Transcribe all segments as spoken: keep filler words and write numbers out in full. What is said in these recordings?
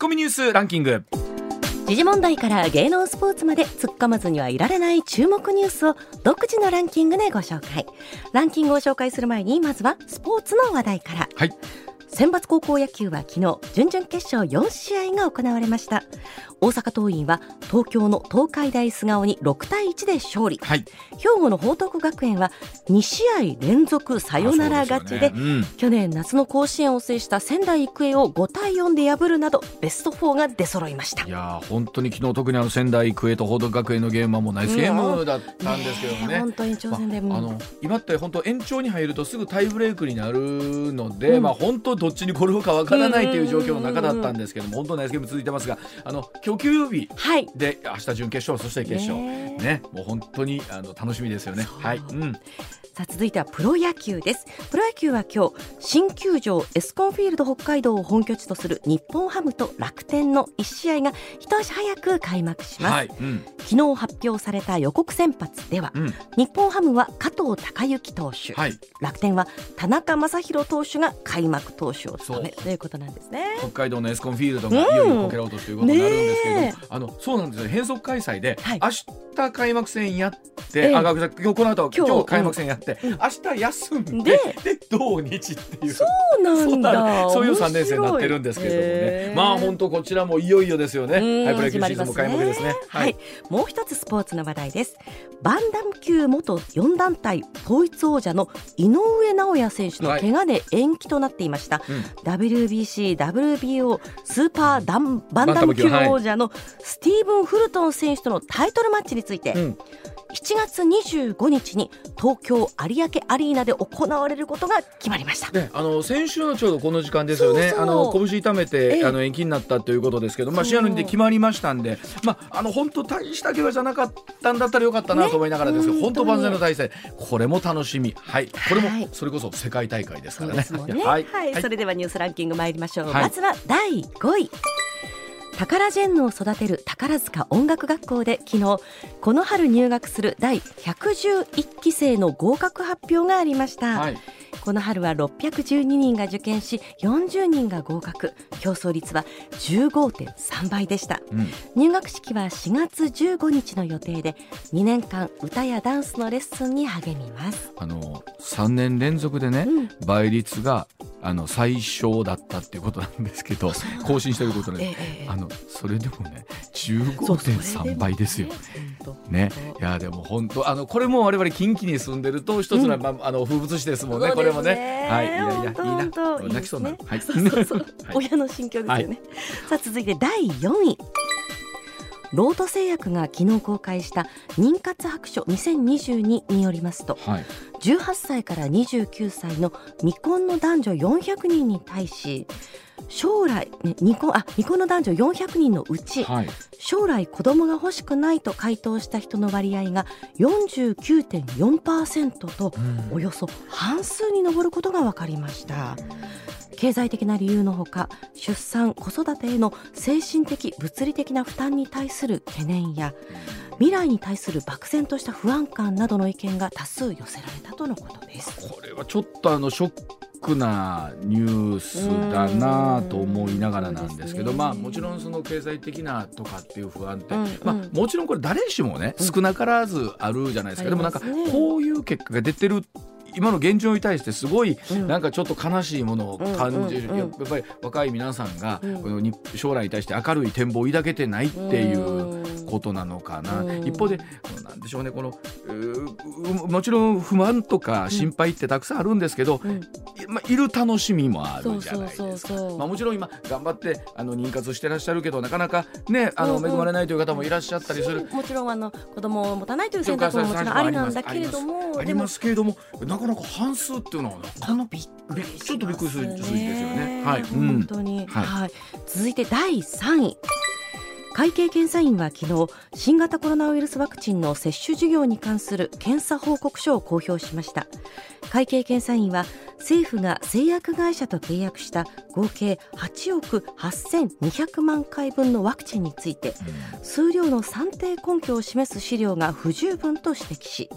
コミニュースランキング。 時事問題から芸能スポーツまで突っ込まずにはいられない注目ニュースを独自のランキングでご紹介。ランキングを紹介する前にまずはスポーツの話題から。 はい。 選抜高校野球は昨日準々決勝よん試合が行われました。大阪桐蔭は東京の東海大菅生にろく対いちで勝利、 はい、 兵庫の報徳学園はに試合連続サヨナラ勝ち で, で、ねうん、去年夏の甲子園を制した仙台育英をご対よんで破るなどベストよんが出揃いました。 いや本当に昨日特にあの仙台育英と報徳学園のゲームはもうナイスゲームだったんですけどね、 ね本当に挑戦で、 まあ、あの今って本当延長に入るとすぐタイブレークになるので、うんまあ、本当どっちに転ぶかわからないという状況の中だったんですけども、本当ナイスゲーム続いてますが、あの今日休養日で、はい、明日準決勝そして決勝、ねね、もう本当にあの楽しみですよね。はい、うん、 さあ続いてはプロ野球です。プロ野球は今日新球場エスコンフィールド北海道を本拠地とする日本ハムと楽天のいち試合が一足早く開幕します、はいうん、昨日発表された予告先発では、うん、日本ハムは加藤貴之投手、はい、楽天は田中将大投手が開幕投手を務めるということなんですね。 北海道のエスコンフィールドがいよいよこけら落としということになるんですけど、うんね、あのそうなんですよ。変則開催で、はい、明日開幕戦やって、えー、あ今日この後今日開幕戦やって、うん、明日休んで、で土日っていう、 そうなんだそういうさん連戦になってるんですけどもね、まあ本当こちらもいよいよですよね。はい、プロ野球シーズンも開幕ですね。 はい、はい、もう一つスポーツの話題です。バンダム級元よん団体統一王者の井上尚弥選手の怪我で延期となっていました、はいうん、ダブリュービーシー、ダブリュービーオー スーパーダンバンダム級王者のスティーブン・フルトン選手とのタイトルマッチについて、うんしちがつにじゅうごにちに東京有明アリーナで行われることが決まりました、 ね、あの先週のちょうどこの時間ですよね。そうそうあの拳痛めてあの延期になったということですけど、まあ、試合の日程決まりましたんで、まあ、あの本当大した怪我じゃなかったんだったらよかったなと思いながらですけど、ね、本当万全の体制、これも楽しみ、はい、これもそれこそ世界大会ですからね。 そうですもんねはいはいはい、それではニュースランキング参りましょう、はい、まずはだいごい。タカラジェンヌを育てる宝塚音楽学校で昨日この春入学するだいひゃくじゅういっき生の合格発表がありました、はい、この春はろっぴゃくじゅうににんが受験しよんじゅうにんが合格、競争率は じゅうごてんさん 倍でした、うん、入学式はしがつじゅうごにちの予定でにねんかん歌やダンスのレッスンに励みます。 あのさんねん連続でね、うん、倍率があの最小だったっていうことなんですけど、更新してることで、えー、あのそれでもね じゅうごてんさん 倍ですよね。いやでも本当あのこれも我々近畿に住んでると一つの、うんまあ、あの風物詩ですもんね。これもね、はい、いやいやいいな、泣きそうになる、はい、そうそうそう、はい、 親の心境ですよね、はい、さあ続いてだいよんい。ロート製薬が昨日公開した妊活白書にせんにじゅうにによりますと、はい、じゅうはっさいからにじゅうきゅうさいの未婚の男女よんひゃくにんに対し将来、ね、未婚あ未婚の男女よんひゃくにんのうち、はい、将来子供が欲しくないと回答した人の割合が よんじゅうきゅうてんよんパーセント と、うん、およそ半数に上ることが分かりました。経済的な理由のほか出産子育てへの精神的物理的な負担に対する懸念や未来に対する漠然とした不安感などの意見が多数寄せられたとのことです。 これはちょっとあのショックなニュースだなと思いながらなんですけど、まあ、もちろんその経済的なとかっていう不安って、うんうんまあ、もちろんこれ誰しもね少なからずあるじゃないですか、うん、でもなんかこういう結果が出てる今の現状に対してすごいなんかちょっと悲しいものを感じる、うんうんうん、やっぱり若い皆さんがこの将来に対して明るい展望を抱けてないっていうことなのかな、うん、一方でなんでしょうね、このもちろん不満とか心配ってたくさんあるんですけど、うんまあ、いる楽しみもあるじゃないですか。まあもちろん今頑張ってあの妊活してらっしゃるけどなかなかねあの恵まれないという方もいらっしゃったりする、 うんうん、もちろんあの子供を持たないという選択ももちろんありなんだけれどもありますけれどもなかなか半数っていうのはなかなかびっくりちょっとびっくりする数字ですよね。はい、 本当に、うんはいはい、続いてだいさんい。会計検査院は昨日新型コロナウイルスワクチンの接種事業に関する検査報告書を公表しました。会計検査院は政府が製薬会社と契約した合計はちおくはっせんにひゃくまんかいぶんのワクチンについて、うん、数量の算定根拠を示す資料が不十分と指摘し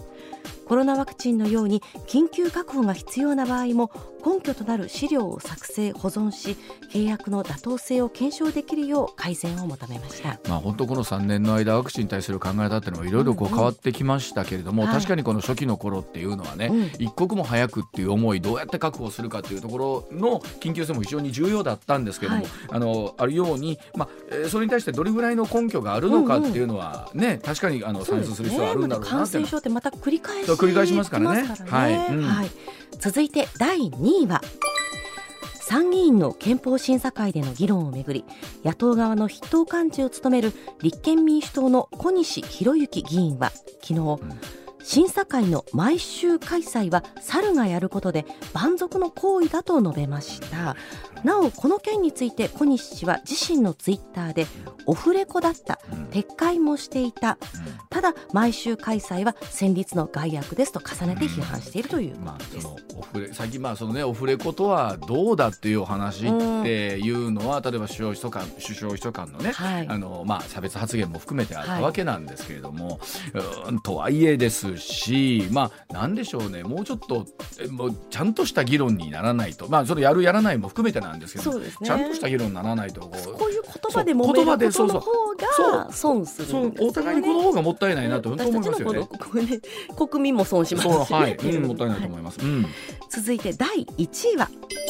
コロナワクチンのように緊急確保が必要な場合も根拠となる資料を作成保存し、契約の妥当性を検証できるよう改善を求めました。 まあ、本当このさんねんの間ワクチンに対する考え方っていうのもいろいろこう変わってきましたけれども、うんうん、確かにこの初期の頃っていうのはね、うん、一刻も早くっていう思いどうやって確保するかっていうところの緊急性も非常に重要だったんですけども、はい、あのあるように、まあえー、それに対してどれぐらいの根拠があるのかっていうのはね、うんうん、確かにあの算出する必要があるんだろうなって、 ね、ま、感染症ってまた繰り返し繰り返しますからね。 はい、うんはい、続いてだいにいは参議院の憲法審査会での議論をめぐり、野党側の筆頭幹事を務める立憲民主党の小西洋之議員は昨日、うん審査会の毎週開催は猿がやることで蛮族の行為だと述べました。なおこの件について小西氏は自身のツイッターでオフレコだった、撤回もしていた、ただ毎週開催は戦慄の害悪ですと重ねて批判しているということです。 まあ、そのオフレ最近まあそのねオフレコとはどうだっていうお話っていうのは、例えば首相秘書官首相秘書官のね、はい、あのまあ差別発言も含めてあったわけなんですけれども、はい、うんとはいえですし、まあなんでしょうね、もうちょっともうちゃんとした議論にならないと、まあそれやるやらないも含めてなんですけど、 そうですね、 ちゃんとした議論にならないとこう、 こういう言葉で揉めることの方が損するんですよね。 そうお互いにこの方がもったいないなと本当思いますよね。 私たちのね国民も損しますし、ね、 はい、うん、もったいないと思います、うん、 続いてだいいちいは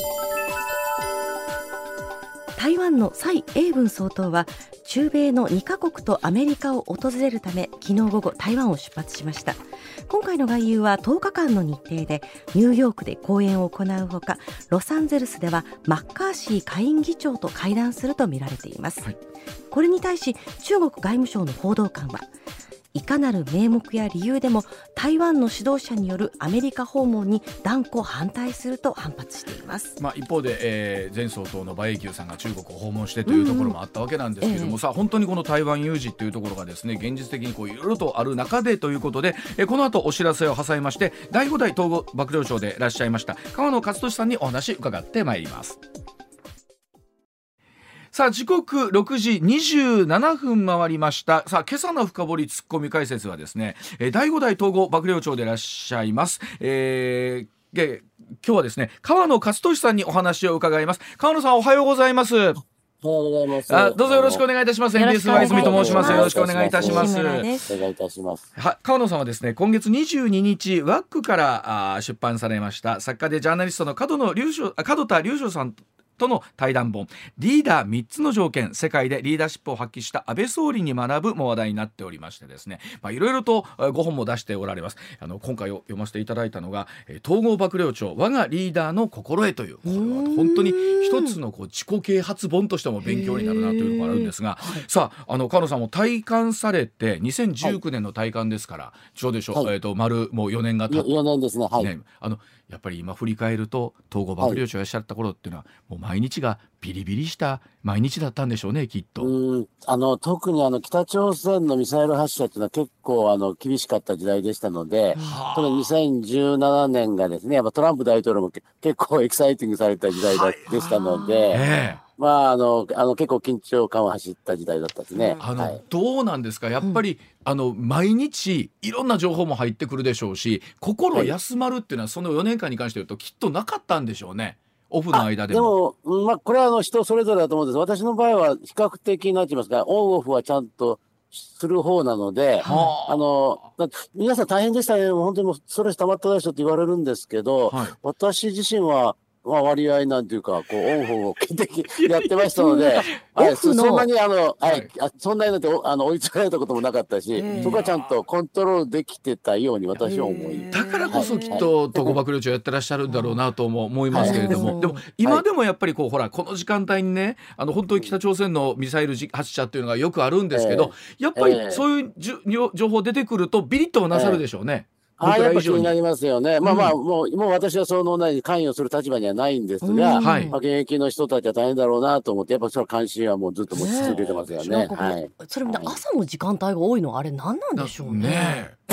台湾の蔡英文総統は中米のにカ国とアメリカを訪れるため昨日午後台湾を出発しました。今回の外遊はとおかかんの日程でニューヨークで講演を行うほか、ロサンゼルスではマッカーシー下院議長と会談するとみられています、はい、これに対し中国外務省の報道官はいかなる名目や理由でも台湾の指導者によるアメリカ訪問に断固反対すると反発しています。 まあ、一方で、えー、前総統の馬英九さんが中国を訪問してというところもあったわけなんですけれども、うんうん、さあ本当にこの台湾有事というところがですね現実的にこういろいろとある中でということで、えー、この後お知らせを挟みましてだいごだい統合幕僚長でいらっしゃいました川野勝利さんにお話伺ってまいります。さあ時刻ろくじにじゅうななふん回りました。さあ今朝の深掘りツッコミ解説はですね、えー、だいごだい統合幕僚長でいらっしゃいます、えー、で今日はですね川野勝利さんにお話を伺います。川野さんおはようございます。 おはようございます。 あどうぞよろしくお願いいたします。 エヌビーエス の泉と申します。よろしくお願いいたします。 お願いいたします。 は川野さんはですね今月にじゅうににちワックからあ出版されました作家でジャーナリストの門野隆翔門田隆翔さんとの対談本リーダーみっつの条件世界でリーダーシップを発揮した安倍総理に学ぶも話題になっておりましてですね、まあ、いろいろとごほんも出しておられます。あの今回読ませていただいたのが統合幕僚長我がリーダーの心得という、これは本当に一つのこう自己啓発本としても勉強になるなというのがあるんですが、さああの川野さんも退官されてにせんじゅうきゅうねんの退官ですから、はい、ちょうどでしょう、はい、えー、と丸もうよねんが経ってよねんですね、はい、 ね、あのやっぱり今振り返ると統合幕僚長いらっしゃった頃っていうのは、はい、もう毎日がビリビリした毎日だったんでしょうね、きっと。 うんあの特にあの北朝鮮のミサイル発射っていうのは結構あの厳しかった時代でしたので、このにせんじゅうななねんがですねやっぱトランプ大統領も結構エキサイティングされた時代だ、はい、でしたので、えーまあ、あのあの結構緊張感を走った時代だったですね。 あの、 はい、 どうなんですかやっぱり、うん、あの毎日いろんな情報も入ってくるでしょうし心休まるっていうのはそのよねんかんに関して言うときっとなかったんでしょうね、オフの間でも。 でも、まあ、これはあの人それぞれだと思うんです。私の場合は比較的なんて言いますかオンオフはちゃんとする方なので、はあ、あの皆さん大変でしたね、本当にもうストレス溜まったでしょって言われるんですけど、はい、私自身はまあ、割合なんていうか、こう、オンフを決定的やってましたので、はい、そんなに、あの、はい、はい、そんなになんて、あの、追いつかれたこともなかったし、そこはちゃんとコントロールできてたように私は思い。 だからこそきっと、統合幕僚長やってらっしゃるんだろうなとも思いますけれども、はい、でも、今でもやっぱりこう、ほら、この時間帯にね、あの、本当に北朝鮮のミサイル発射っていうのがよくあるんですけど、えー、やっぱりそういうじゅ、えー、情報出てくると、ビリッとはなさるでしょうね。えーああ、やっぱ気になりますよね。まあまあ、うん、もう、もう私はその内に関与する立場にはないんですが、はい、まあ、現役の人たちは大変だろうなと思って、やっぱその関心はもうずっと持ち続けてますよね。ねはい、 それみんな朝の時間帯が多いのはあれ何なんでしょうね。ね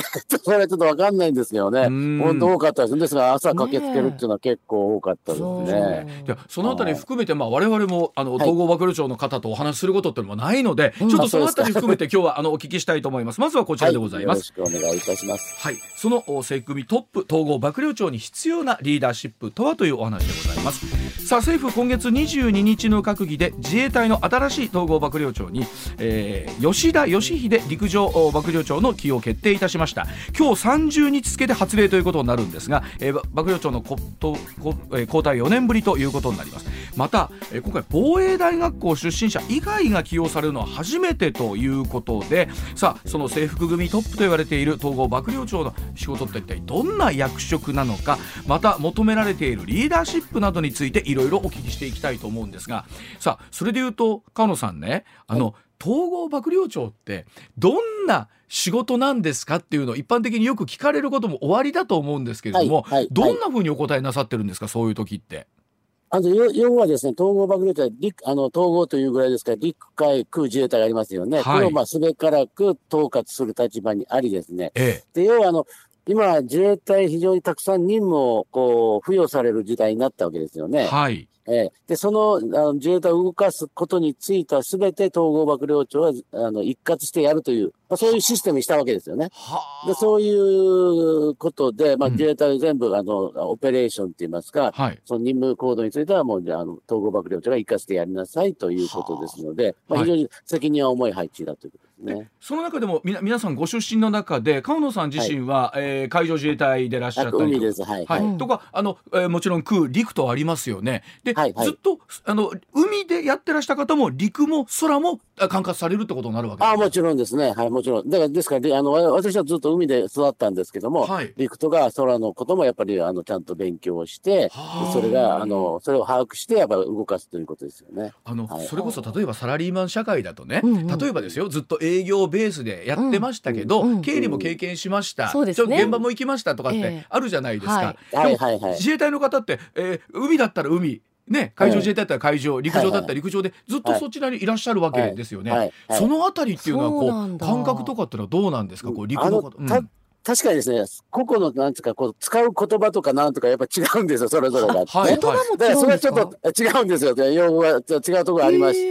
それはちょっとわかんないんですけどね。本当多かったです。ですが朝駆けつけるっていうのは結構多かったですね。 いやそのあたり含めて、まあ、我々もあの統合幕僚長の方とお話しすることっていうのもないので、はい、ちょっとそのあたり含めて今日はあのお聞きしたいと思います。まずはこちらでございます。 はい、よろしくお願いいたします。 はい、その正組トップ統合幕僚長に必要なリーダーシップとはというお話でございます。さあ政府今月にじゅうににちの閣議で自衛隊の新しい統合幕僚長に、えー、吉田義秀陸上幕僚長の起用を決定いたしました。今日さんじゅうにち付で発令ということになるんですが、えー、幕僚長のことこ、えー、交代よねんぶりということになります。また、えー、今回防衛大学校出身者以外が起用されるのは初めてということで、さあその制服組トップと言われている統合幕僚長の仕事って一体どんな役職なのか、また求められているリーダーシップなどについていろいろお聞きしていきたいと思うんですが、さあそれでいうと川野さんね、あの、はい、統合幕僚長ってどんな仕事なんですかっていうのを一般的によく聞かれることもおありだと思うんですけれども、はいはいはい、どんなふうにお答えなさってるんですか、そういう時って。 あの要はですね、統合幕僚長は陸あの統合というぐらいですから、陸海空自衛隊がありますよね。はい、これをまあすべからく統括する立場にありですね。ええ、で要はあの今自衛隊非常にたくさん任務をこう付与される時代になったわけですよね。はい。えー、でそのあの自衛隊を動かすことについては全て統合幕僚長はあの一括してやるという、まあ、そういうシステムにしたわけですよね。でそういうことで、まあ、自衛隊全部、うん、あのオペレーションっていいますか、はい、その任務行動についてはもうあの統合幕僚長が一括してやりなさいということですので、まあ、非常に責任は重い配置だということですね。はい、 その中でもみな皆さんご出身の中で川野さん自身は、はい、えー、海上自衛隊でいらっしゃったりとか、 海です、はいはいはい、とかあの、えー、もちろん空陸とありますよね。で、はいはい、ずっとあの海でやってらした方も陸も空も管轄されるってことになるわけですか。 あもちろんですね、はい、もちろんだからですからあの私はずっと海で育ったんですけども、はい、陸とか空のこともやっぱりあのちゃんと勉強して、それがあのそれを把握してやっぱり動かすということですよね。 あの、はい、それこそ例えばサラリーマン社会だとね、うんうん、例えばですよ、ずっと営業ベースでやってましたけど、うんうん、経理も経験しました、うんうん、ちょっと現場も行きましたとかってあるじゃないですか。えーはい、でも、はいはいはい、自衛隊の方って、えー、海だったら海ね、海上自衛隊だったら海上、陸上だったら陸上でずっとそちらにいらっしゃるわけですよね。はいはいはい、そのあたりっていうのはこう感覚とかっていうのはどうなんですか、こう陸のこと。 確かにですね、個々のなんていうかこう使う言葉とかなんとかやっぱ違うんですよ、それぞれが。 はい、言葉も違うんですか。だからそれはちょっと違うんですよ。用語が違うところがありまして、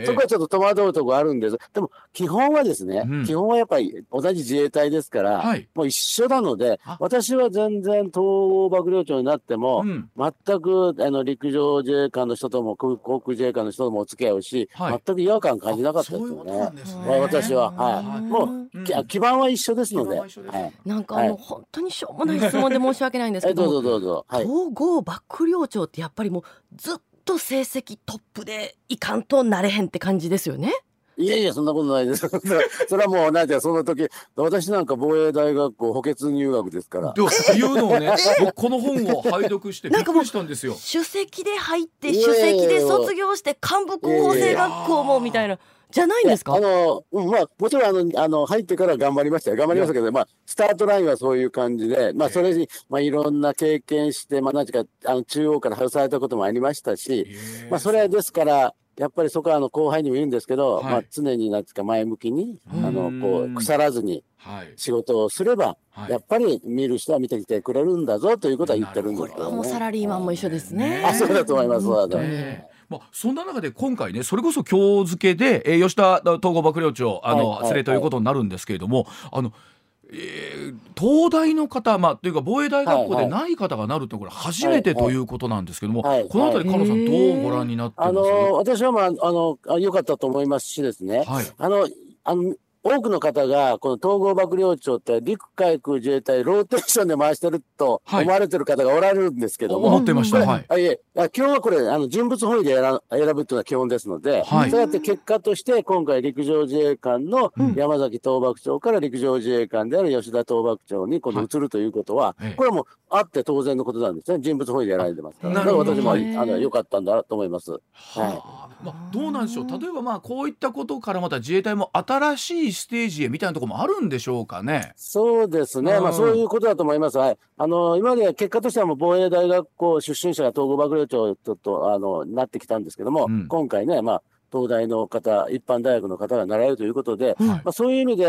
そこはちょっと戸惑うところあるんです。でも基本はですね、うん、基本はやっぱり同じ自衛隊ですから、はい、もう一緒なので、私は全然統合幕僚長になっても、うん、全くあの陸上自衛官の人とも航空自衛官の人ともお付き合いをし、はい、全く違和感感じなかったですよね。私は、はい、もう、うん、基盤は一緒ですので。 なんかあの、はい、本当にしょうもない質問で申し訳ないんですけど、 どうぞどうぞ、はい、 統合幕僚長ってやっぱりもうずっと成績トップでいかんとなれへんって感じですよね。 いやいやそんなことないです。それはもうなんてその時私なんか防衛大学校補欠入学ですから。 っていうのをね、僕この本を拝読してびっくりしたんですよ。 首席で入って首席で卒業して幹部候補生学校もみたいな。じゃないんですか。 あの、うん、まあ、もちろん、あの、あの、入ってから頑張りましたよ。頑張りましたけど、まあ、スタートラインはそういう感じで、まあ、それに、まあ、いろんな経験して、まあ、なんていうか、あの、中央から外されたこともありましたし、まあ、それですから、やっぱりそこは、あの、後輩にも言うんですけど、はい、まあ、常になんていうか、前向きに、あの、こう、腐らずに、仕事をすれば、はい、やっぱり見る人は見てきてくれるんだぞ、ということは言ってるんですけどね。 もうサラリーマンも一緒ですね。 あ、そうだと思います。そうだと思います。 まあ、そんな中で今回ね、それこそ今日付で、えー、吉田統合幕僚長あの、はい、連れということになるんですけれども、あの、えー、東大の方、まあ、というか防衛大学校でない方がなるとこれ初めてということなんですけども、はいはい、このあたり川野さんどうご覧になってます？あの私は、まあ、あの良かったと思いますしですね、はい、あのあの多くの方がこの統合幕僚長って陸海空自衛隊ローテーションで回してると思われてる方がおられるんですけども、 はい、思ってました。はい。 いえ、基本はこれあの人物本位で選ぶというのは基本ですので、はい、そうやって結果として今回陸上自衛官の山崎統幕長から陸上自衛官である吉田統幕長に今度移るということは、はい、これはもうあって当然のことなんですね。人物本位で選んでますから。だから私もあの良かったんだと思います。はい。 まあ、どうなんでしょう。例えばまあこういったことからまた自衛隊も新しいステージへみたいなところもあるんでしょうかね。 そうですね。まあそういうことだと思います。はい。あの今まで結果としてはもう防衛大学校出身者が統合幕僚長ちょっとあのなってきたんですけども、うん、今回ね、まあ東大の方、一般大学の方がなられるということで、はい、まあそういう意味で。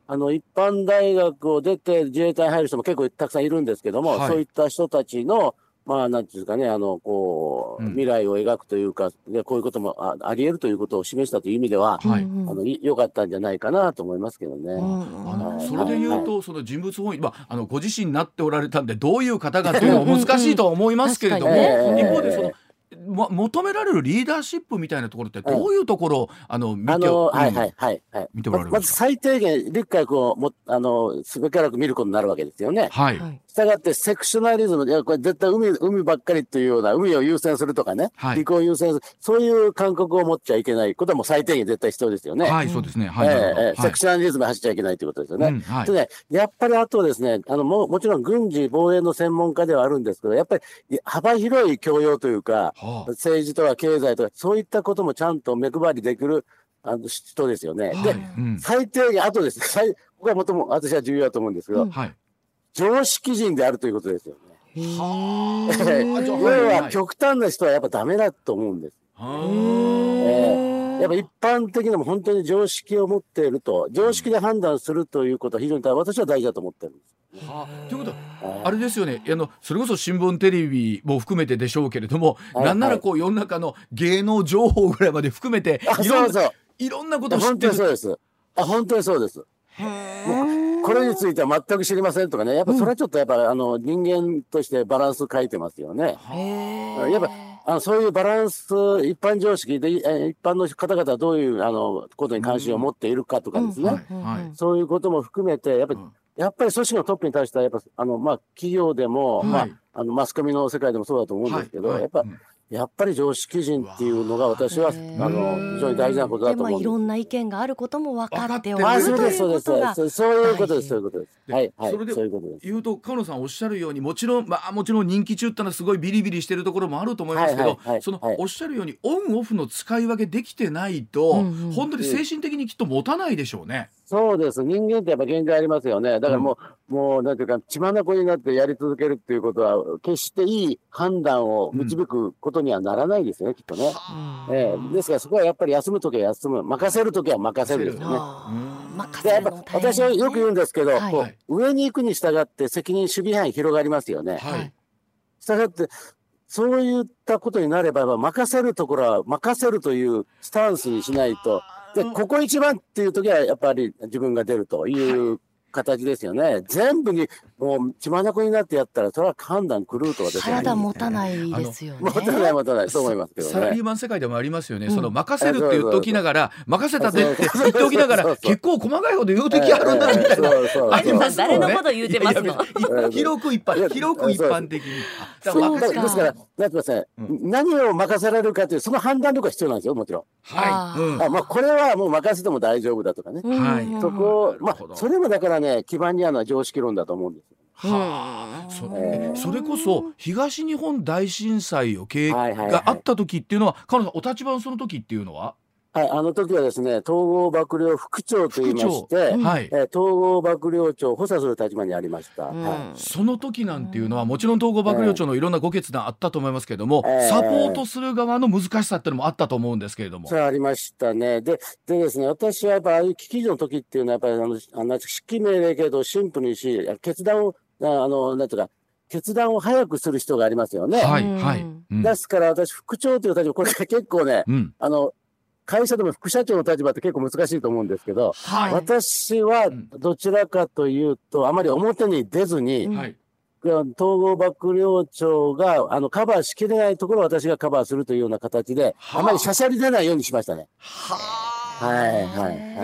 あの、一般大学を出て自衛隊に入る人も結構たくさんいるんですけども、はい、そういった人たちの、まあ、なんていうんですかね、あの、こう、未来を描くというか、でこういうことも あ, あり得るということを示したという意味では、はい、あの良かったんじゃないかなと思いますけどね。 あのそれで言うと、はい、その人物本位、まあ、あのご自身になっておられたんで、どういう方がっていうのは難しいとは思いますけれども、一方でその、ま、求められるリーダーシップみたいなところってどういうところを、あの見て、あの、はいはいはいはい、 見ておられるんですか。まず最低限理解をもあのすべからく見ることになるわけですよね。はい。したがってセクショナリズム、いやこれ絶対海海ばっかりというような、海を優先するとかね、はい、陸を優先する、そういう感覚を持っちゃいけないことはもう最低限絶対必要ですよね。 はい、そうですね。はい。 えーえー、セクショナリズム走っちゃいけないということですよね。うんはい、でね、やっぱりあとですね、あのももちろん軍事防衛の専門家ではあるんですけど、やっぱり幅広い教養というか、はあ、政治とか経済とかそういったこともちゃんと目配りできるあの人ですよね。はい、で、うん、最低限あとですね、最ここはもとも私は重要だと思うんですけど、うんはい、常識人であるということですよね。要は極端な人はやっぱダメだと思うんです。えー、やっぱ一般的なも本当に常識を持っていると、常識で判断するということは非常に私は大事だと思ってるんです。 はあ、ということはあれですよね、あのそれこそ新聞テレビも含めてでしょうけれども、はい、なんならこう世の中の芸能情報ぐらいまで含めていろんな、そうそういろんなことを知ってる。 本当にそうです。あ、本当にそうです。これについては全く知りませんとかね、やっぱそれはちょっとやっぱ、うん、あの人間としてバランス書いてますよね。やっぱあのそういうバランス、一般常識で一般の方々はどういうあのことに関心を持っているかとかですね、うんはいはい、そういうことも含めてやっぱり、うんやっぱり組織のトップに対してはやっぱあの、まあ、企業でも、はいまあ、あのマスコミの世界でもそうだと思うんですけど、はいはい、やっぱ、うんやっぱり常識人っていうのが私はあの非常に大事なことだと思うんです。 で、まあ、いろんな意見があることも分かっておるということが、そういうことです、そういうことです。はいはい、 それで言うと川野さんおっしゃるように、もちろん、まあ、もちろん人気中ってのはすごいビリビリしてるところもあると思いますけど、はいはいはい、そのおっしゃるようにオンオフの使い分けできてないと、うんうん、本当に精神的にきっと持たないでしょうね。 そうです。人間ってやっぱ限界ありますよね。だからもう、うん、もうなんていうか血眼になってやり続けるっていうことは決していい判断を導くことにはならないですよね、うん、きっとね。えー、ですからそこはやっぱり休むときは休む、任せるときは任せるですよね。でやっぱ私はよく言うんですけど、はい、こう上に行くに従って責任守備範囲広がりますよね。はい、従ってそういったことになれば任せるところは任せるというスタンスにしないと。でここ一番っていう時はやっぱり自分が出るという形ですよね。はい、全部にもう血眼になってやったらそれは判断狂うとはですね。 体持たないですよね。 持たない持たないと思いますけどね。 サラリーマン世界でもありますよね。うん、その任せるって言っておきながら任せたでって言っておきながら結構細かいこと言う時あるんだみたいな。 ありますよね。誰のこと言うてますの。 広く一般広く一般的に。 そうですからなんてますね、うん、何を任せられるかというその判断力が必要なんですよもちろん。はい。うん、あまあこれはもう任せても大丈夫だとかね。はい。そこまあそれもだからね基盤にあるのは常識論だと思うんですよ。 はあ、そ, えー、それこそ東日本大震災を経があった時っていうのは、川野さんお立場のその時っていうのははい、あの時はですね、統合幕僚副長と言いまして、はい、えー、統合幕僚長を補佐する立場にありました。うんはい、 その時なんていうのは、もちろん統合幕僚長のいろんなご決断あったと思いますけれども、えー、サポートする側の難しさっていうのもあったと思うんですけれども。 そうありましたね。で、でですね、私はやっぱああいう危機の時っていうのは、やっぱりあの、あの指揮命令系統をシンプルにし、決断を、あの、なんていうか、決断を早くする必要がありますよね。はい、はい。うん、ですから私、副長という立場、これが結構ね、うん、あの、会社でも副社長の立場って結構難しいと思うんですけど、はい、私はどちらかというと、あまり表に出ずに、はい、統合幕僚長があのカバーしきれないところを私がカバーするというような形で、はあ、あまりしゃしゃり出ないようにしましたね。はあ、はいはいはい。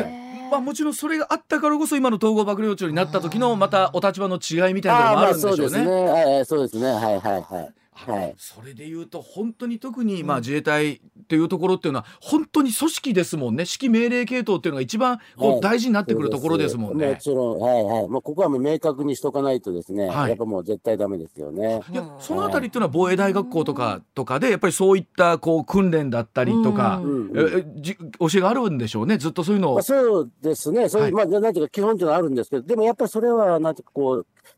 まあ、もちろんそれがあったからこそ今の統合幕僚長になった時のまたお立場の違いみたいなのもあるんでしょうね。 そうですね。はい、そうですね。はいはいはい。はい、 それでいうと本当に特にまあ自衛隊っていうところっていうのは本当に組織ですもんね。指揮命令系統っていうのが一番こう大事になってくるところですもんね。 はい、もちろん、はいはい。もうここはもう明確にしとかないとですね、はい、やっぱもう絶対ダメですよね。 いやそのあたりっていうのは防衛大学校とかとかでやっぱりそういったこう訓練だったりとか、うんうん、えじ教えがあるんでしょうね。ずっとそういうのを。 まあ、そうですね。そういう、はい、まあなんていうか基本っていうのはあるんですけど、でもやっぱりそれはなんていうかこう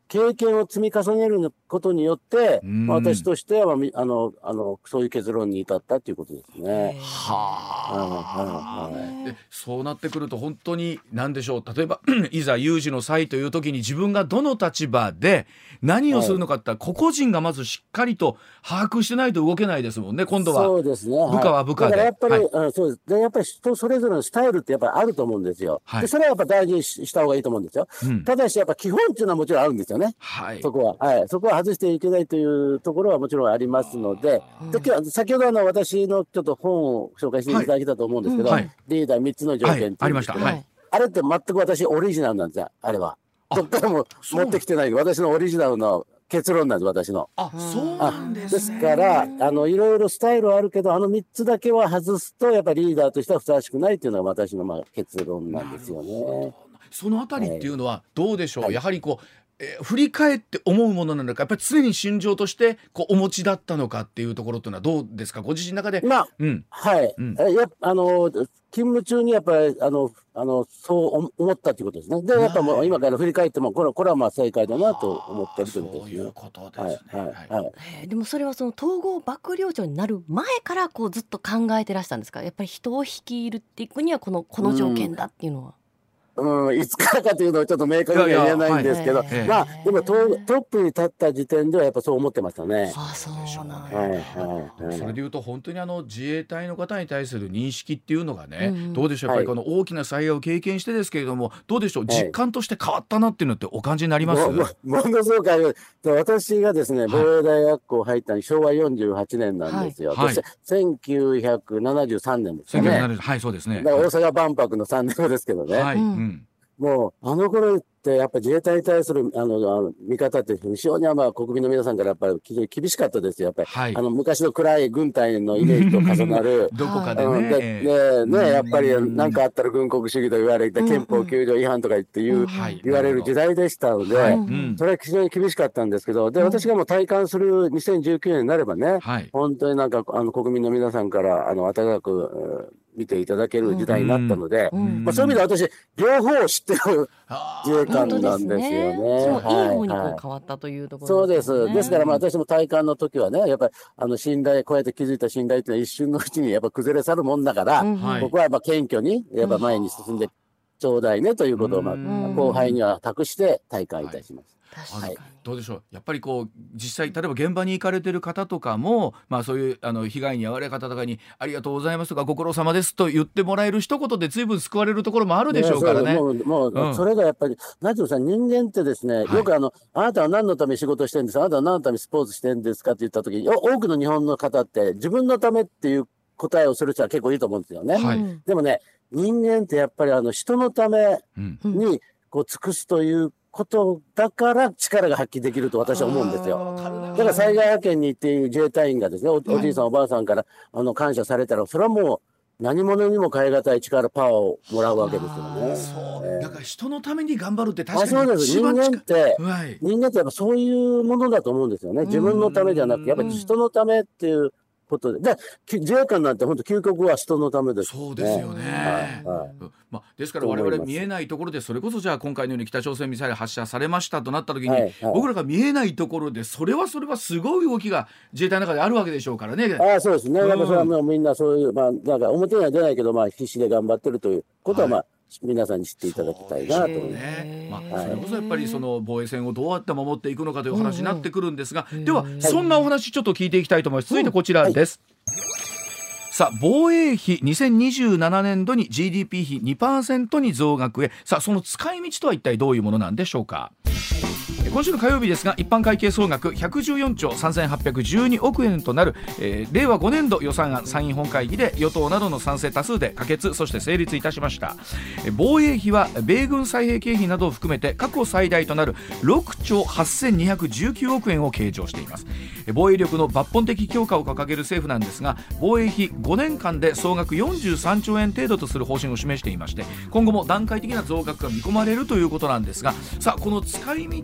経験を積み重ねることによって、まあ、私としては、まあ、あのあのそういう結論に至ったっていうことですね。 はあ、でそうなってくると本当に何でしょう、例えばいざ有事の際という時に自分がどの立場で何をするのかって、はい、個々人がまずしっかりと把握してないと動けないですもんね。今度はそうですね、 部下は部下で、 だからやっぱり、 はい、 そうですでやっぱり人それぞれのスタイルってやっぱりあると思うんですよ、はい、でそれはやっぱ大事にした方がいいと思うんですよ、うん、ただしやっぱ基本っていうのはもちろんあるんですよね、はい、そこは、はい、そこは外していけないというところはもちろんありますので、で今日先ほどあの私のちょっと本を紹介していただいたと思うんですけど、はいうんはい、リーダーみっつの条件っていうんですけど、はい、ありました、はい、あれって全く私オリジナルなんですよ。あれはどっからも持ってきてない私のオリジナルの結論なんです、私の。 あ、そうなんですね。 ですからあのいろいろスタイルはあるけど、あのみっつだけは外すとやっぱりリーダーとしてはふさわしくないっていうのが私のまあ結論なんですよね。 そのあたりっていうのはどうでしょう、はい、やはりこうえー、振り返って思うものなのか、やっぱり常に心情としてこうお持ちだったのかっていうところというのはどうですか、ご自身の中で。 まあ、うん、はい、うん、やあの勤務中にやっぱりあのあのそう思ったということですね。でやっぱもう今から振り返ってもこれこれはまあ正解だなと思ってるということですね。 そういうことですね。はいはいはい、 えー、でもそれはその統合幕僚長になる前からこうずっと考えてらしたんですか。やっぱり人を率いるっていくにはこのこの条件だっていうのは。 うんうん、いつからかというのはちょっと明確には言えないんですけど、いやいや、まあでもトップに立った時点ではやっぱそう思ってましたね。 ああ、そうなんだ、はいはいはい、それでいうと本当にあの自衛隊の方に対する認識っていうのがね、うん、どうでしょう、やっぱりこの大きな災害を経験してですけれども、どうでしょう、実感として変わったなっていうのってお感じになります？ も, ものすごくある。私がですね、防衛大学校入ったのしょうわよんじゅうはちねんなんですよ、はい、せんきゅうひゃくななじゅうさんねんですよね。 はい、そうですね。 だから大阪万博のさんねんごですけどね、はい、うん、もうあの頃ってやっぱり自衛隊に対するあのあの見方って非常にまあ国民の皆さんからやっぱり非常に厳しかったですよ。やっぱり、はい、あの昔の暗い軍隊のイメージと重なるどこかでね、 ででねやっぱり何かあったら軍国主義と言われて憲法きゅうじょう違反とか言って言う、うん、言われる時代でしたので、はい、それは非常に厳しかったんですけど、で私がもう体感するにせんじゅうきゅうねんになればね、はい、本当になんかあの国民の皆さんからあの温かく見ていただける時代になったので、うんうんまあ、そういう意味で私両方知ってる自衛官なんですよね。 そのいい方にこう変わったというところですね。 そうです。ですからまあ私も体感の時はね、やっぱりあの信頼、こうやって築いた信頼っていうのは一瞬のうちにやっぱ崩れ去るもんだから、うんはい、僕はやっぱ謙虚にやっぱ前に進んでちょうだいねということをまあ後輩には託して体感いたします。 はい、どうでしょう、やっぱりこう実際例えば現場に行かれてる方とかも、まあ、そういうあの被害に遭われる方とかにありがとうございますとかご苦労様ですと言ってもらえる一言で随分救われるところもあるでしょうからね。 もう、もう、うん、それがやっぱり何ていうか人間ってですね、はい、よくあのあなたは何のために仕事してるんですか、あなたは何のためにスポーツしてるんですかって言った時に多くの日本の方って自分のためっていう答えをする人は結構いいと思うんですよね、はい、でもね人間ってやっぱりあの人のためにこう尽くすということだから力が発揮できると私は思うんですよ。だから災害派遣に行っている自衛隊員がですね お, おじいさんおばあさんからあの感謝されたらそれはもう何者にも代え難い力パワーをもらうわけですよね。 そう、えー、だから人のために頑張るって確かにあそうです。人間って、はい、人間ってやっぱそういうものだと思うんですよね。自分のためじゃなくてやっぱり人のためっていうことで、で自衛官なんて本当究極は人のためです、ね、 そうですよね、はいはいまあ、ですから我々見えないところでそれこそじゃあ今回のように北朝鮮ミサイル発射されましたとなった時に、はいはい、僕らが見えないところでそれはそれはすごい動きが自衛隊の中であるわけでしょうからね。 ああそうですね、うん、やっぱそれはもうみんなそういう、まあ、なんか表には出ないけど、まあ、必死で頑張ってるということは、まあはい皆さんに知っていただきたいなと思います、 ねまあ、それこそやっぱりその防衛線をどうやって守っていくのかという話になってくるんですが、ではそんなお話ちょっと聞いていきたいと思います。続いてこちらです、うんはいさあ防衛費にせんにじゅうななねんどに ジーディーピー 比 にパーセント に増額へ、さあその使い道とは一体どういうものなんでしょうか。今週の火曜日ですが一般会計総額ひゃくじゅうよんちょうさんぜんはっぴゃくじゅうにおくえんとなる、えー、れいわごねんど予算案参院本会議で与党などの賛成多数で可決そして成立いたしました。防衛費は米軍災兵経費などを含めて過去最大となるろくちょうはっせんにひゃくじゅうきゅうおくえんを計上しています。防衛力の抜本的強化を掲げる政府なんですが防衛費ごねんかんで総額よんじゅうさんちょうえん程度とする方針を示していまして今後も段階的な増額が見込まれるということなんですが、さあこの使い道と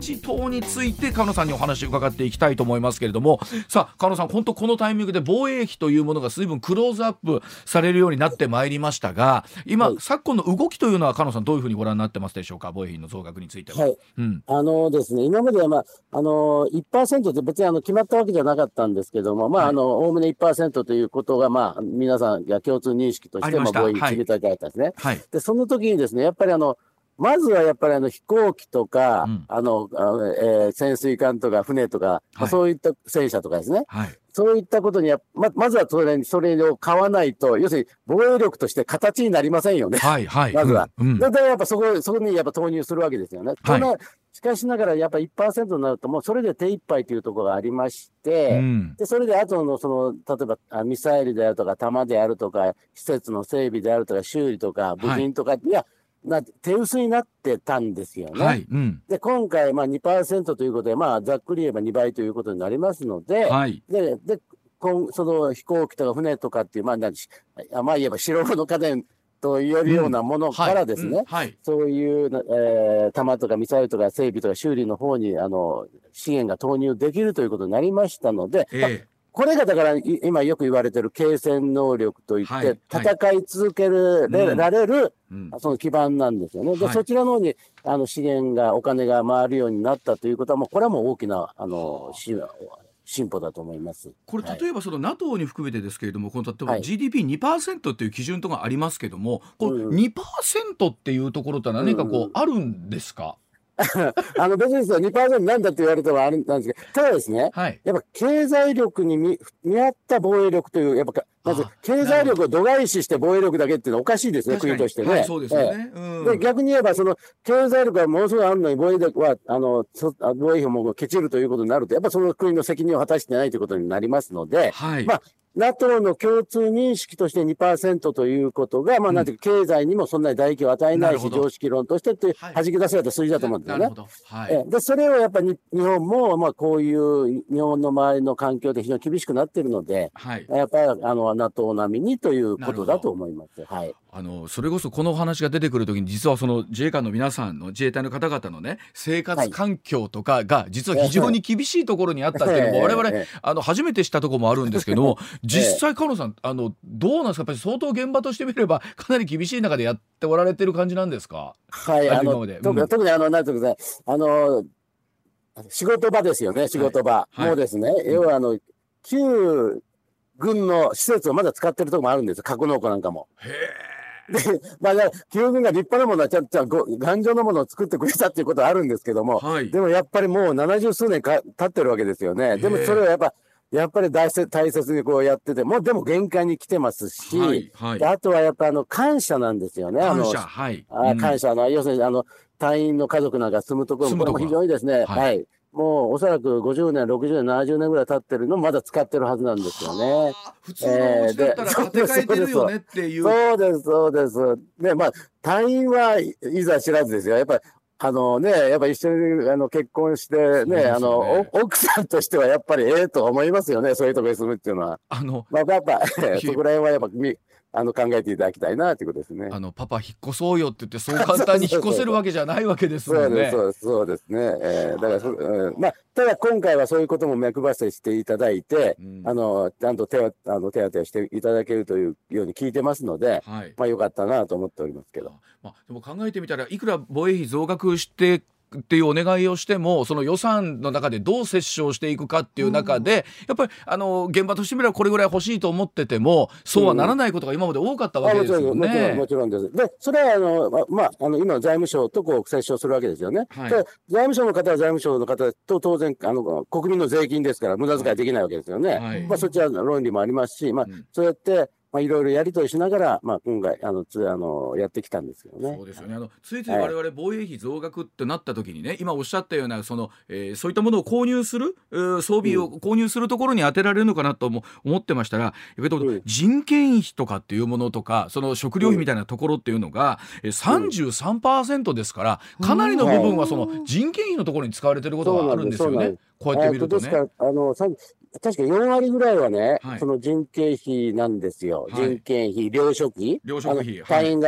NATO について河野さんにお話を伺っていきたいと思いますけれども、さあ河野さん、本当このタイミングで防衛費というものが随分クローズアップされるようになってまいりましたが、今、はい、昨今の動きというのは河野さんどういうふうにご覧になってますでしょうか。防衛費の増額については。 はい、うん、あのですね、今までは、まあ、あの いちパーセント って別にあの決まったわけじゃなかったんですけども、まあ、はい、あのおおむね いちパーセント ということが、まあ、皆さんが共通認識としてまあ防衛費決めたかったんですね。はい、でその時にですね、やっぱりあのまずはやっぱりあの飛行機とか、うん、あの、えー、潜水艦とか船とか、はい、まあ、そういった戦車とかですね。はい、そういったことにやま、まずはそれ、それを買わないと、要するに防衛力として形になりませんよね。はいはい、まずは。うんうん、だからやっぱそこ、そこにやっぱ投入するわけですよね。はい、そしかしながらやっぱ いちパーセント になるともうそれで手一杯というところがありまして、うん、で、それで後のその、例えばミサイルであるとか弾であるとか、施設の整備であるとか修理とか部品とか、はい、いや、な手薄になってたんですよね。はい、うん、で今回、まあ、にパーセント ということで、まあ、ざっくり言えばにばいということになりますので、はい、でで今その飛行機とか船とかっていう、まあ、何まあ言えば白物家電と言えるようなものからですね、うんはいうんはい、そういう、えー、弾とかミサイルとか整備とか修理の方にあの資源が投入できるということになりましたので、えーまあこれがだから今よく言われている継戦能力といって、戦い続ける、はい、られる、うん、その基盤なんですよね。で、はい、そちらの方にあの資源が、お金が回るようになったということは、もうこれはもう大きなあの進歩だと思います。 これ例えばその ナトー に含めてですけれども、この例えば ジーディーピーにパーセント っていう基準とかありますけども、この にパーセント っていうところって何かこうあるんですか？ あの別にですよ にパーセント なんだって言われてもあれなんですけど、ただですね、はい、やっぱ経済力に 見, 見合った防衛力という、やっぱまず経済力を度外視して防衛力だけっていうのはおかしいですね、国としてね。はい、そうですよね。うん、で逆に言えばその経済力がものすごいあるのに防衛力はあの防衛費をもうケチるということになると、やっぱその国の責任を果たしてないということになりますので、はい、まあナトー の共通認識として にパーセント ということが、まあ、なんていうか、経済にもそんなに打撃を与えないし、常識論としてという、弾き出された数字だと思うんですよね。はい、で、それをやっぱり日本も、まあ、こういう日本の周りの環境で非常に厳しくなっているので、はい、やっぱり、あの、ナトー 並みにということだと思います。はい。 あのそれこそこのお話が出てくるときに、実はその自衛官の皆さんの自衛隊の方々のね生活環境とかが実は非常に厳しいところにあったっていうのも我々あの初めて知ったところもあるんですけども、実際河野さんあのどうなんですか？やっぱり相当現場としてみればかなり厳しい中でやっておられてる感じなんですか？ はい、あの、うん、特にあのなんていうかね、あの仕事場ですよね、仕事場、はいはい、もうですね、要はあの旧軍の施設をまだ使ってるところもあるんですよ、格納庫なんかも。へー。で、まあ、旧軍が立派なものはちゃんと頑丈なものを作ってくれたっていうことはあるんですけども、はい、でもやっぱりもうななじゅうすうねんか経ってるわけですよね。でもそれはやっぱ、やっぱり大切、大切にこうやってて、もうでも限界に来てますし、はいはい、あとはやっぱあの感謝なんですよね。 感謝、はい。 あ感謝の、うん、要するにあの隊員の家族なんか住むところも、これも非常にですね、はい、はい、もうおそらくごじゅうねん、ろくじゅうねん、ななじゅうねんぐらい経ってるのもまだ使ってるはずなんですよね。 普通のお家だったら建て替えてるよねっていう。 そうです、そうです。で、まあ、隊員はいざ知らずですよ。やっぱり、あのね、やっぱ一緒にあの結婚してね、ねあの、奥さんとしてはやっぱりええと思いますよね、そういうところに住むっていうのは。あの、まあ、やっぱ、そこら辺はやっぱ、あの考えていただきたいなということですね。 あのパパ引っ越そうよって言ってそう簡単に引っ越せるわけじゃないわけですもんね。 そうですそうですね。えー、だからそ、うん、まあただ今回はそういうことも目配せしていただいて、うん、あのちゃんと手をあの手当てをしていただけるというように聞いてますので、はい、まあ良かったなと思っておりますけど。 まあでも考えてみたらいくら防衛費増額してっていうお願いをしてもその予算の中でどう折衝していくかっていう中で、うん、やっぱりあの現場としてみればこれぐらい欲しいと思っててもそうはならないことが今まで多かったわけですよね。 うん、もちろんもちろんです。でそれはあの、まあ、あの今の財務省とこう折衝するわけですよね。はい、で財務省の方は財務省の方と当然あの国民の税金ですから無駄遣いできないわけですよね。はい、まあ、そちらの論理もありますし、まあ、うん、そうやってまあ、いろいろやり取りしながら、まあ、今回あのつあのやってきたんですけどね。 そうですよね。あのついつい我々防衛費増額ってなった時にね、はい、今おっしゃったようなその、えー、そういったものを購入する装備を購入するところに当てられるのかなとも思ってましたら、うん、人件費とかっていうものとかその食料費みたいなところっていうのが、うん、さんじゅうさんパーセント ですからかなりの部分はその人件費のところに使われていることがあるんですよね。こうやって見るとね。 ですからあの確かよんわりぐらいはね、はい、その人件費なんですよ。はい、人件費、糧食費。 糧食費。 隊員が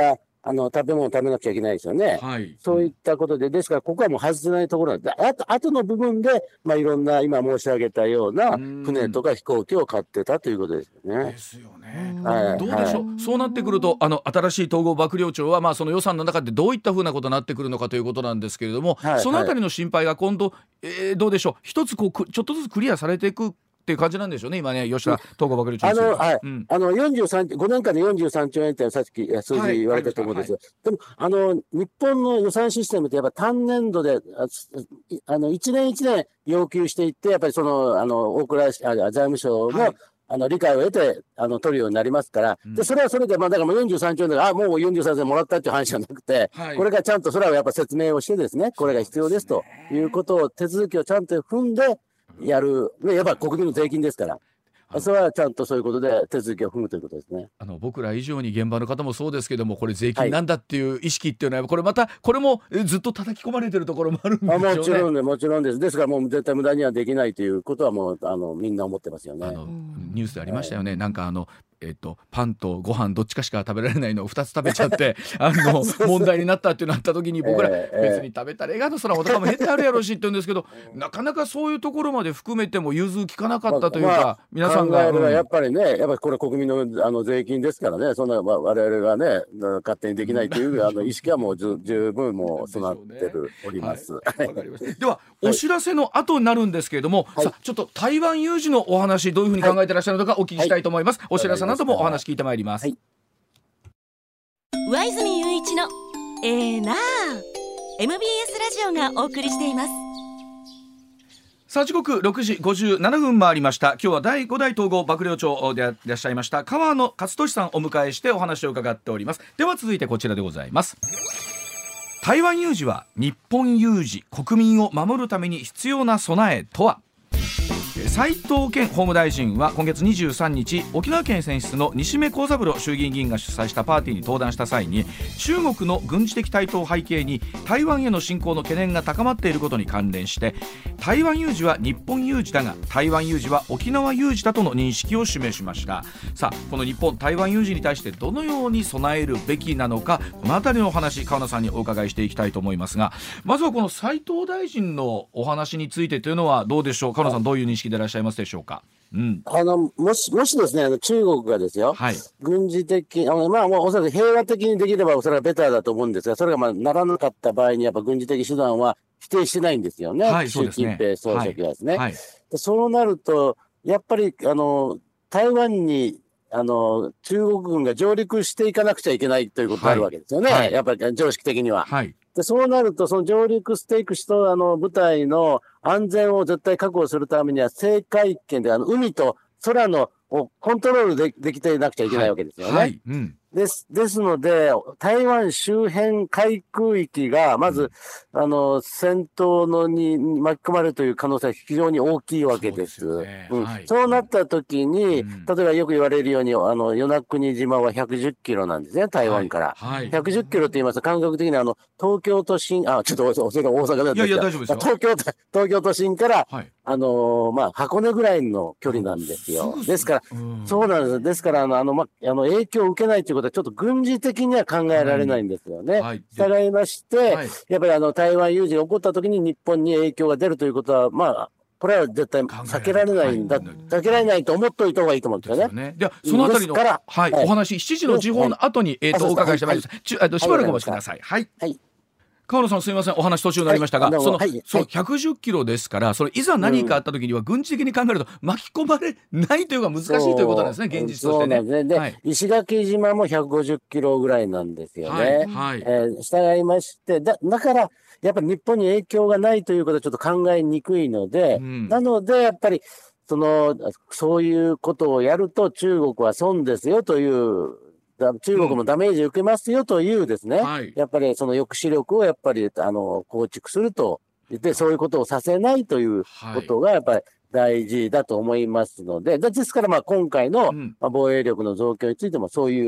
あの食べ物を食べなくちゃいけないですよね。 はい、 そういったことで、ですからここはもう外せないところなんで、あと後の部分で、まあ、いろんな今申し上げたような船とか飛行機を買ってたということですよね。 ですよね。 はい、 どうでしょう、はい、そうなってくるとあの新しい統合幕僚長は、まあ、その予算の中でどういったふうなことになってくるのかということなんですけれども、はい、そのあたりの心配が今度、えー、どうでしょう、一つこうちょっとずつクリアされていくっていう感じなんでしょうね、今ね、吉田統合幕僚長あの、はい、 うん、 あのよんじゅうさん、ごねんかんでよんじゅうさんちょうえんってさっき数字言われたと思うんですよ。はいはい、でも、あの、日本の予算システムってやっぱ単年度で、ああの、一年一年要求していって、やっぱりその、あの、大蔵財務省の、はい、あの理解を得てあの取るようになりますから、うん、でそれはそれで、まあ、だからもうよんじゅうさんちょうえんで、あもうよんじゅうさんちょうえんもらったっていう話じゃなくて、はい、これがちゃんとそれはやっぱ説明をしてですね、これが必要ですということを、手続きをちゃんと踏んでやる、ね、やっぱ国民の税金ですから。それはちゃんとそういうことで手続きを踏むということですね。 あの僕ら以上に現場の方もそうですけども、これ税金なんだっていう意識っていうのは、はい、これまたこれもずっと叩き込まれてるところもあるんでしょうね。 あもちろんね、もちろんです。ですからもう絶対無駄にはできないということはもうあのみんな思ってますよね。 あのニュースでありましたよね、はい、なんかあのえっと、パンとご飯どっちかしか食べられないのをふたつ食べちゃってあの問題になったってなった時に、僕ら別に食べたら映画の空とかも減ってあるやろうしって言うんですけど、なかなかそういうところまで含めても融通きかなかったというか、まあまあ、皆さんが、 考えればやっぱりね、うん、やっぱりこれ国民の、あの税金ですからね、そんな、まあ、我々がね勝手にできないという、うん、あの意識はもう十分もう備ってる、おります。はい、 かりました。ではお知らせの後になるんですけれども、はい、さあちょっと台湾有事のお話どういうふうに考えてらっしゃるのかお聞きしたいと思います。はい、お知らせの後もお話聞いてまいります。はい、 上泉雄一のえーなー エムビーエス ラジオがお送りしています。 さあ時刻ろくじごじゅうななふん回りました。今日はだいごだい統合幕僚長でいらっしゃいました川野勝利さんをお迎えしてお話を伺っております。では続いてこちらでございます。台湾有事は日本有事、国民を守るために必要な備えとは。斉藤健法務大臣は今月にじゅうさんにち、沖縄県選出の西銘恒三郎衆議院議員が主催したパーティーに登壇した際に、中国の軍事的台頭を背景に台湾への侵攻の懸念が高まっていることに関連して、台湾有事は日本有事だが台湾有事は沖縄有事だとの認識を示しました。さあこの日本台湾有事に対してどのように備えるべきなのか、このあたりのお話、川名さんにお伺いしていきたいと思いますが、まずはこの斉藤大臣のお話についてというのはどうでしょう。川名さん、どういう認識でいらっしゃいますでしょうか。うん、 あのもしもしですね、あの中国がですよ、はい、軍事的、あの、まあ、もうおそらく平和的にできればそれはベターだと思うんですが、それがまあならなかった場合にやっぱ軍事的手段は否定してないんですよね、はい、習近平総書記はですね。はいはい、でそうなるとやっぱりあの台湾にあの中国軍が上陸していかなくちゃいけないということになるわけですよね、はいはい、やっぱり常識的には。はい、でそうなると、その上陸していく人、あの部隊の安全を絶対確保するためには、制海権であの海と空のをコントロール で, できてなくちゃいけないわけですよね。はいはいうん、ですですので、台湾周辺海空域がまず、うん、あの戦闘のに巻き込まれるという可能性は非常に大きいわけです。そうですよね。うんはい、そうなった時に、うん、例えばよく言われるように、あの与那国島はひゃくじゅっキロなんですね、台湾から。はいはい、ひゃくじゅっキロと言いますと、感覚的にあの東京都心、あ、ちょっとそれが大阪だったんですけど、いやいや大丈夫ですよ。東京、東京都心から、はい、あのー、まあ、箱根ぐらいの距離なんですよ。すですから、うん、そうなんです。ですから、あの、あの、ま、あの影響を受けないということは、ちょっと軍事的には考えられないんですよね。はい、従いまして、はい、やっぱりあの、台湾有事が起こった時に日本に影響が出るということは、まあ、これは絶対避けられないんだ、避けられないと思っておいた方がいいと思うんですよね。 では、そのあたりの、はいはい、お話、しちじの時報の後に、えっと、お伺いしてまいります。ちょ、しばらくお待ちください。はい。はい。川野さん、すみません、お話途中になりましたが、はい、その、はい、そのひゃくじゅっキロですから、それいざ何かあった時には、軍事的に考えると巻き込まれないというか難しいということなんですね、現実としてね。そうなんですね。で、はい、石垣島もひゃくごじゅっキロぐらいなんですよね。はいはいえー、従いましてだ、だから、やっぱり日本に影響がないということはちょっと考えにくいので、うん、なので、やっぱり、その、そういうことをやると中国は損ですよという、中国もダメージを受けますよというですね、うんはい、やっぱりその抑止力をやっぱりあの構築するとで、そういうことをさせないということがやっぱり大事だと思いますので、はい、ですからまあ今回の防衛力の増強についてもそういう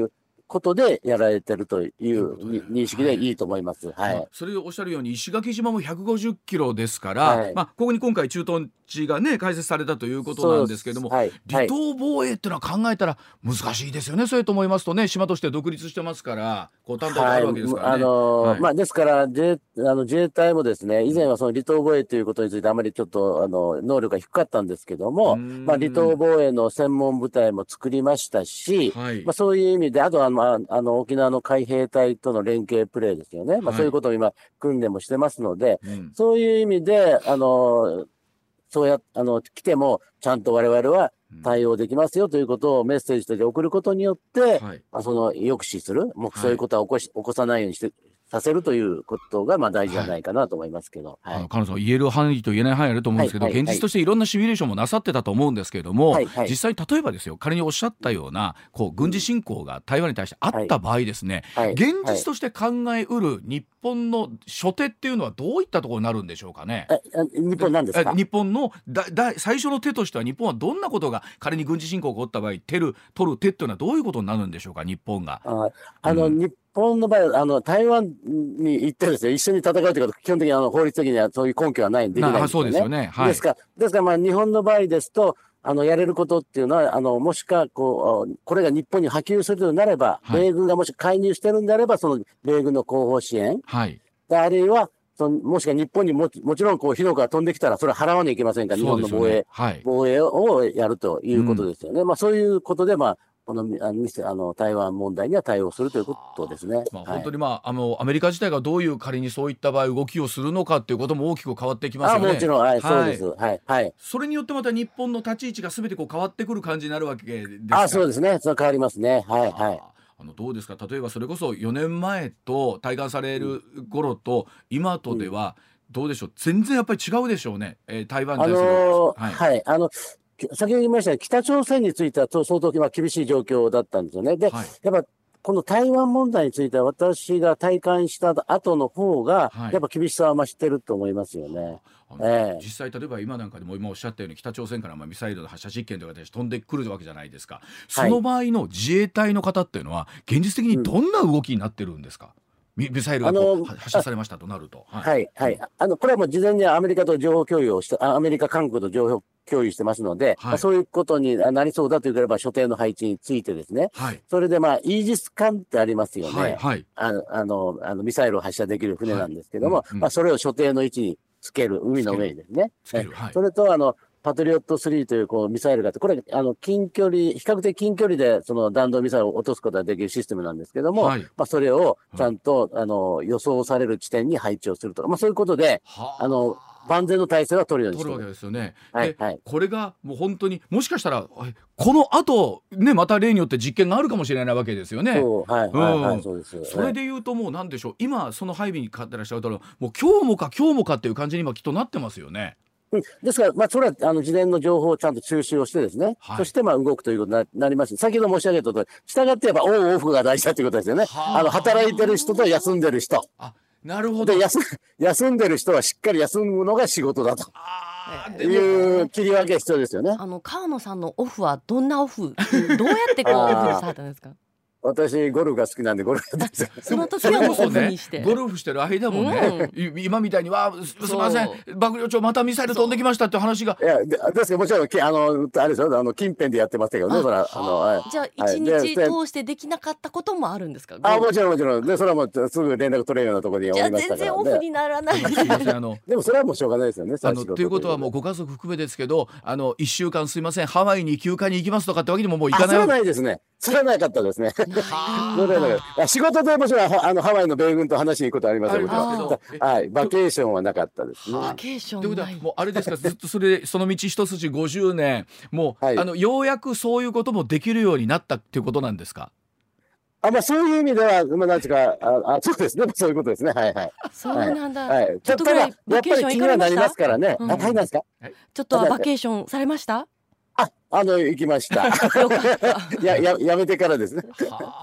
ことでやられてるという認識でいいと思います。はいはい、 それをおっしゃるように石垣島もひゃくごじゅっキロですから、はい、まあ、ここに今回駐屯地がね開設されたということなんですけれども、はい、離島防衛っていうのは考えたら難しいですよね。そういうと思いますとね、島として独立してますからこう担当があるわけですからね。 はい、あのーはい、まあ、ですから自衛、あの自衛隊もですね、以前はその離島防衛ということについてあまりちょっとあの能力が低かったんですけども、まあ、離島防衛の専門部隊も作りましたし、はい、まあ、そういう意味であとは、まあ、あの沖縄の海兵隊との連携プレーですよね、まあ、そういうことを今訓練もしてますので、はい、そういう意味であのそうやあの来てもちゃんと我々は対応できますよということをメッセージとして送ることによって、はい、その抑止する、もうそういうことは起こし、はい、起こさないようにしてさせるということがまあ大事じゃないかなと思いますけど、はい、 あの菅野さん言える範囲と言えない範囲あると思うんですけど、はいはいはい、現実としていろんなシミュレーションもなさってたと思うんですけれども、はいはい、実際例えばですよ、仮におっしゃったようなこう軍事侵攻が台湾に対してあった場合ですね、はいはい、現実として考えうる日本の初手っていうのはどういったところになるんでしょうかね。 日本なんですか。 日本のだだ最初の手としては日本はどんなことが仮に軍事侵攻が起こった場合手る取る手っていうのはどういうことになるんでしょうか、日本が。 ああの、うん、日本の場合はあの台湾に行ってですね、一緒に戦うということは基本的にあの法律的にはそういう根拠はないんでできないんですよね。そうですよね。はい、ですから、ですからまあ日本の場合ですとあのやれることっていうのはあのもしかこうこれが日本に波及するとなれば、はい、米軍がもし介入してるんであればその米軍の後方支援、はい、あるいはそのもしくは日本に も, もちろんこう火の粉が飛んできたらそれは払わなきゃいけませんから、日本の防衛、ね、はい、防衛をやるということですよね。うん、まあ、そういうことで、まあこのあのあの台湾問題には対応するということですね。 まあ、本当に、まあ、あのアメリカ自体がどういう仮にそういった場合動きをするのかということも大きく変わってきますよね。 あ、もちろん、はい、そうです、はいはい、 それによってまた日本の立ち位置が全てこう変わってくる感じになるわけですか。 あ、そうですね、それ変わりますね。はいはい。 あのどうですか、例えばそれこそよねんまえと対岸される頃と今とではどうでしょう、全然やっぱり違うでしょうね、えー、台湾に対する、 あのー、はい、はい、あの先ほど言いましたが北朝鮮については相当厳しい状況だったんですよね。で、はい、やっぱこの台湾問題については私が体感した後の方がやっぱ厳しさは増してると思いますよね。はい、えー、 実際例えば今なんかでも今おっしゃったように北朝鮮からまあミサイルの発射実験とかで飛んでくるわけじゃないですか。その場合の自衛隊の方っていうのは現実的にどんな動きになってるんですか。うん、ミサイルがこう発射されましたとなると、 はいはい、あのこれはもう事前にアメリカと情報共有をしてアメリカ韓国と情報共有してますので、はい、まあ、そういうことになりそうだというからば所定の配置についてですね、はい、それでまあイージス艦ってありますよね、はいはい、あのあのあのミサイルを発射できる船なんですけども、はい、うんうん、まあ、それを所定の位置につける、海の上にですね、はい、それとあのパトリオットスリーというこうミサイルがあって、これあの近距離比較的近距離でその弾道ミサイルを落とすことができるシステムなんですけども、はい、まあ、それをちゃんと、はい、あの予想される地点に配置をするとか、まあ、そういうことであの万全の体制は取るようにしてる取るわけですよね。はいはい、これがもう本当にもしかしたらこの後ねまた例によって実験があるかもしれないわけですよね。 そうはいはいはい、そうです。 それでいうともうなんでしょう、今その配備にかかってらっしゃるともう今日もか今日もかっていう感じに今きっとなってますよね。 うん、ですから、まあ、それはあの事前の情報をちゃんと収集をしてですね、はい、そしてまあ動くということに な, なります。先ほど申し上げたとおり、従ってやっぱオンオフが大事だということですよね。あの働いてる人と休んでる人。 あ、なるほど。 で 休, 休んでる人はしっかり休むのが仕事だと。あいう切り分け必要ですよね。 あの川野さんのオフはどんなオフ、どうやってこうオフにされたんですか。 私ゴルフが好きなんでゴルフやってその時はもうオフにして、 ね、ゴルフしてる間もね、うん、今みたいにわすみません幕僚長またミサイル飛んできましたって話が、 いやですけどもちろんあのあれですよ、あの近辺でやってましたけどね。そらあの、 はい、じゃあ一日通してできなかったこともあるんですか。 あ、もちろんもちろんで、それはもうすぐ連絡取れるようなところにおりましたから、ね、 じゃあ全然オフにならないすいませんあのでもそれはもうしょうがないですよね。 あのということはもうご家族含めですけど、あのいっしゅうかんすいませんハワイに休暇に行きますとかってわけにももういかない。あ、 それはないですね。それはなかったですね。仕事でもちろんあのハワイの米軍と話に行くことありますけど、はい、バケーションはなかったですね。 バケーションということはもうあれですかずっとそれその道一筋ごじゅうねんもう、はい、あのようやくそういうこともできるようになったっていうことなんですか。 あ、まあ、そういう意味では、まあ、なんていうか、ああ、そうですね、そういうことですね、はいはい。 そうなんだ。 はい、ちょっとぐらいバケーション行かれました。やっぱり気にはなりますからね。うん、あ、はい、なんですか。 ちょっとバケーションされました。 あ、あの行きました。 よかった。 やややめてからですね。 は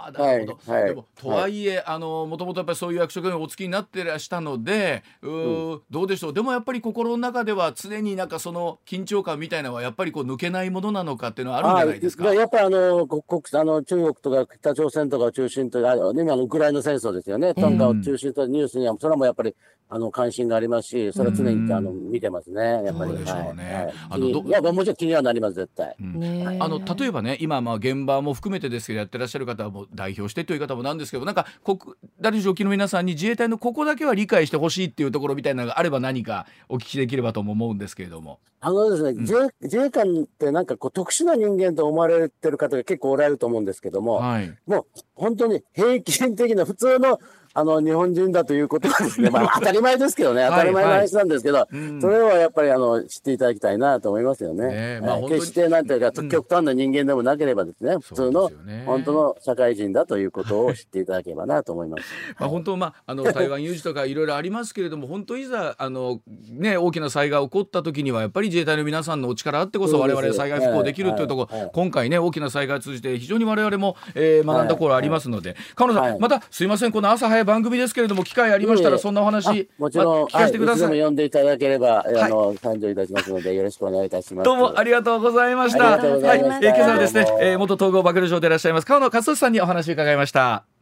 あなるほど、はいはい、でもとはいえ、はい、あのもともとやっぱりそういう役職にお付きになってらしたのでう、うん、どうでしょう。でもやっぱり心の中では常になんかその緊張感みたいなのはやっぱりこう抜けないものなのかっていうのはあるんじゃないですか。 やっぱりあの国あの中国とか北朝鮮とかを中心と今のウクライナ戦争ですよね、トンガを中心とニュースにはそれもやっぱりあの関心がありますし、それは常にあの見てますね。やっぱり。そうでしょうね。はいはい、あのどいやもちろん気にはなります絶対。うん、 あの例えばね今まあ現場も含めてですけどやってらっしゃる方はもう代表してという方もなんですけど、なんか国誰上級の皆さんに自衛隊のここだけは理解してほしいっていうところみたいなのがあれば何かお聞きできればとも思うんですけれども。 あのですね、うん、自, 自衛官ってなんかこう特殊な人間と思われてる方が結構おられると思うんですけども、はい、もう本当に平均的な普通のあの日本人だということはですね、まあ当たり前ですけどね、当たり前の話なんですけど、はいはい、それはやっぱりあの知っていただきたいなと思いますよね。ねまあ、決してなんていうか、うん、極端な人間でもなければですね、普通の本当の社会人だということを知っていただければなと思います。 まあ本当、まあ、あの台湾有事とかいろいろありますけれども、本当いざあの、ね、大きな災害が起こった時にはやっぱり自衛隊の皆さんのお力あってこそ我々災害復興できるというところ、はいはい、今回ね大きな災害を通じて非常に我々も、えー、学んだところありますので、はいはい、河野さん、はい、またすいませんこの朝早い番組ですけれども機会ありましたらそんなお話もちろん、 ま、聞かせてください。 はい、いつでも呼んでいただければ、はい、あの参上いたしますのでよろしくお願いいたします。 どうもありがとうございました。はい、えー、今朝はですね、えー、元統合幕僚長でいらっしゃいます河野克俊さんにお話を伺いました。